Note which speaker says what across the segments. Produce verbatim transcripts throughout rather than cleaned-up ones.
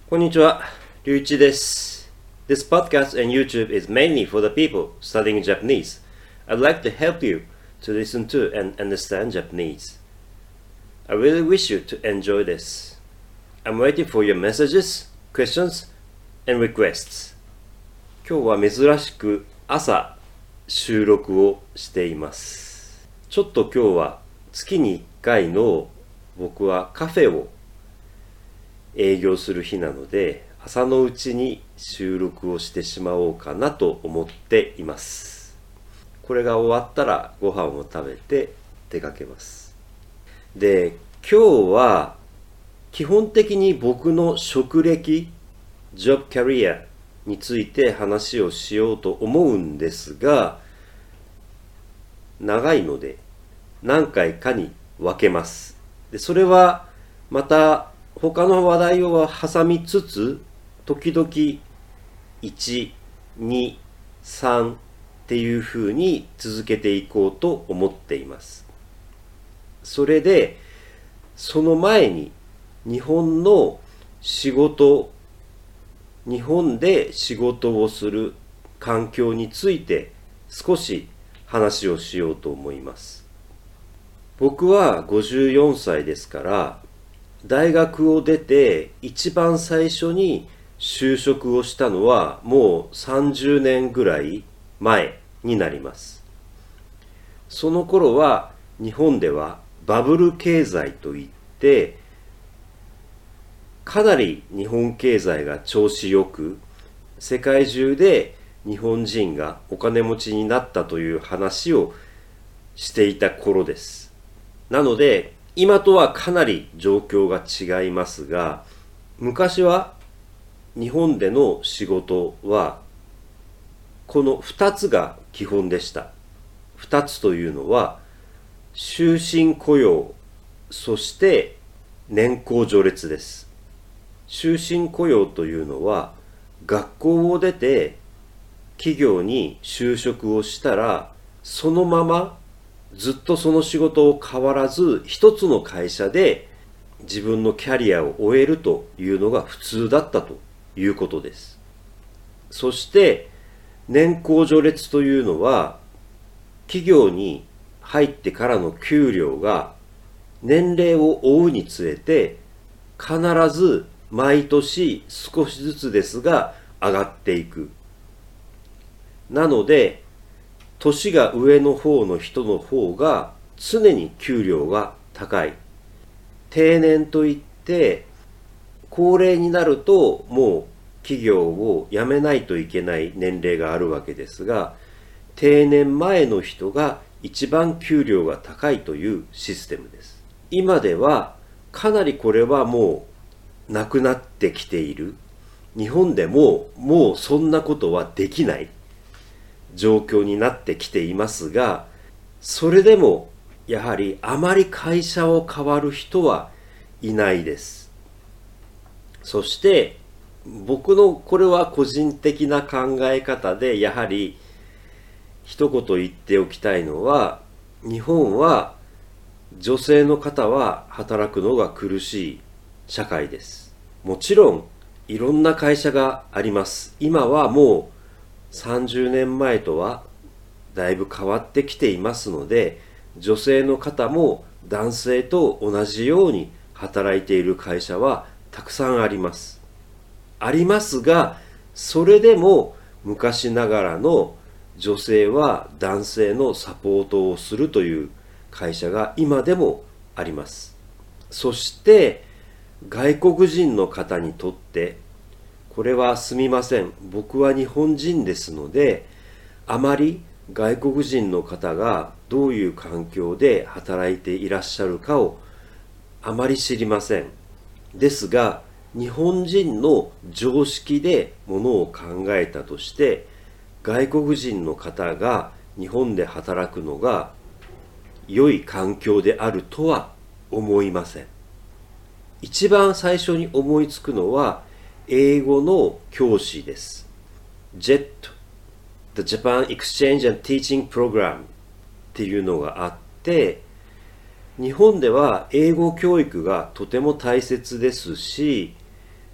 Speaker 1: こんにちは、りゅういちです。This podcast and YouTube is mainly for the people studying Japanese. I'd like to help you to listen to and understand Japanese. I really wish you to enjoy this. I'm waiting for your messages, questions, and requests. 今日は珍しく朝収録をしています。ちょっと今日は月にいっかいの僕はカフェを営業する日なので、朝のうちに収録をしてしまおうかなと思っています。これが終わったらご飯を食べて出かけます。で、今日は基本的に僕の職歴、Job Career について話をしようと思うんですが、長いので何回かに分けます。で、それはまた他の話題を挟みつつ、時々いち、に、さんっていうふうに続けていこうと思っています。それで、その前に日本の仕事、日本で仕事をする環境について少し話をしようと思います。僕はごじゅうよんさいですから、大学を出て一番最初に就職をしたのはもうさんじゅうねんぐらい前になります。その頃は日本ではバブル経済といってかなり日本経済が調子よく世界中で日本人がお金持ちになったという話をしていた頃です。なので今とはかなり状況が違いますが、昔は日本での仕事はこのふたつが基本でした。ふたつというのは終身雇用、そして年功序列です。終身雇用というのは学校を出て企業に就職をしたらそのままずっとその仕事を変わらず一つの会社で自分のキャリアを終えるというのが普通だったということです。そして年功序列というのは企業に入ってからの給料が年齢を追うにつれて必ず毎年少しずつですが上がっていく。なので年が上の方の人の方が常に給料が高い。定年といって高齢になるともう企業を辞めないといけない年齢があるわけですが、定年前の人が一番給料が高いというシステムです。今ではかなりこれはもうなくなってきている。日本でももうそんなことはできない状況になってきていますが、それでもやはりあまり会社を変わる人はいないです。そして僕のこれは個人的な考え方で、やはり一言言っておきたいのは、日本は女性の方は働くのが苦しい社会です。もちろんいろんな会社があります。今はもうさんじゅうねんまえとはだいぶ変わってきていますので、女性の方も男性と同じように働いている会社はたくさんあります。ありますが、それでも昔ながらの女性は男性のサポートをするという会社が今でもあります。そして外国人の方にとって、これはすみません。僕は日本人ですので、あまり外国人の方がどういう環境で働いていらっしゃるかをあまり知りません。ですが、日本人の常識でものを考えたとして、外国人の方が日本で働くのが良い環境であるとは思いません。一番最初に思いつくのは、英語の教師です。ジェット、The Japan Exchange and Teaching Program っていうのがあって、日本では英語教育がとても大切ですし、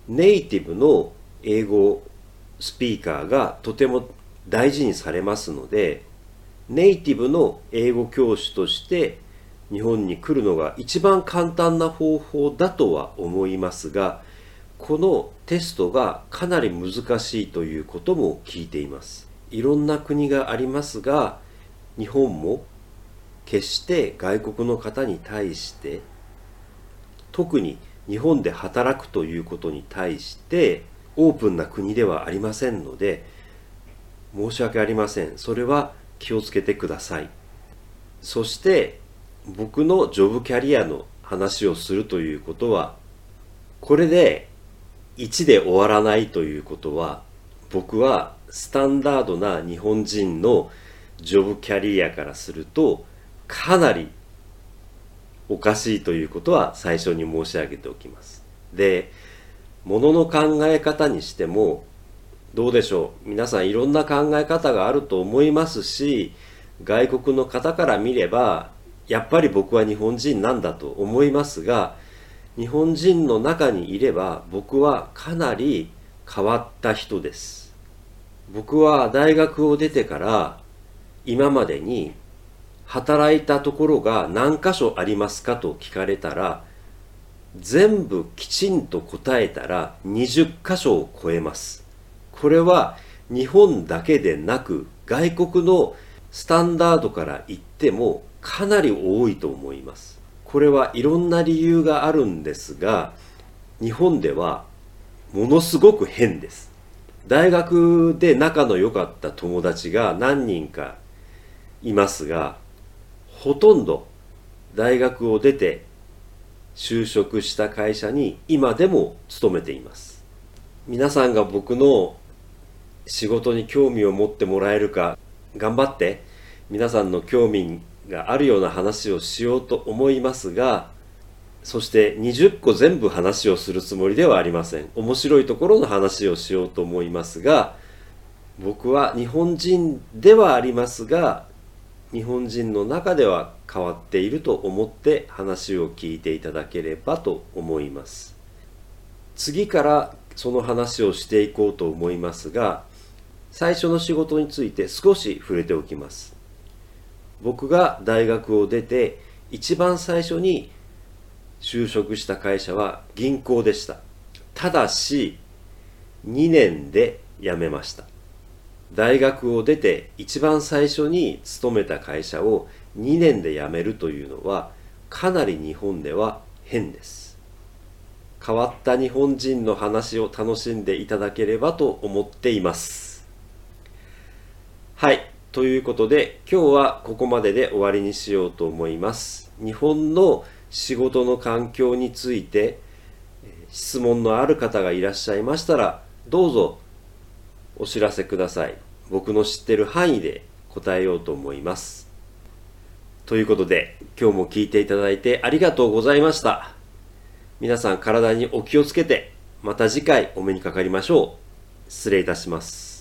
Speaker 1: ネイティブの英語スピーカーがとても大事にされますので、ネイティブの英語教師として日本に来るのが一番簡単な方法だとは思いますが、このテストがかなり難しいということも聞いています。いろんな国がありますが、日本も決して外国の方に対して、特に日本で働くということに対してオープンな国ではありませんので、申し訳ありません。それは気をつけてください。そして僕のジョブキャリアの話をするということは、これでいちで終わらないということは、僕はスタンダードな日本人のジョブキャリアからするとかなりおかしいということは最初に申し上げておきます。で、ものの考え方にしてもどうでしょう。皆さんいろんな考え方があると思いますし、外国の方から見ればやっぱり僕は日本人なんだと思いますが、日本人の中にいれば僕はかなり変わった人です。僕は大学を出てから今までに働いたところが何箇所ありますかと聞かれたら、全部きちんと答えたらにじゅっ箇所を超えます。これは日本だけでなく外国のスタンダードから言ってもかなり多いと思います。これはいろんな理由があるんですが、日本ではものすごく変です。大学で仲の良かった友達が何人かいますが、ほとんど大学を出て就職した会社に今でも勤めています。皆さんが僕の仕事に興味を持ってもらえるか、頑張って皆さんの興味があるような話をしようと思いますが、そしてにじゅっこ全部話をするつもりではありません。面白いところの話をしようと思いますが、僕は日本人ではありますが、日本人の中では変わっていると思って話を聞いていただければと思います。次からその話をしていこうと思いますが、最初の仕事について少し触れておきます。僕が大学を出て一番最初に就職した会社は銀行でした。ただしにねんで辞めました。大学を出て一番最初に勤めた会社をにねんで辞めるというのはかなり日本では変です。変わった日本人の話を楽しんでいただければと思っています。はい。ということで今日はここまでで終わりにしようと思います。日本の仕事の環境について質問のある方がいらっしゃいましたら、どうぞお知らせください。僕の知ってる範囲で答えようと思います。ということで今日も聞いていただいてありがとうございました。皆さん体にお気をつけて、また次回お目にかかりましょう。失礼いたします。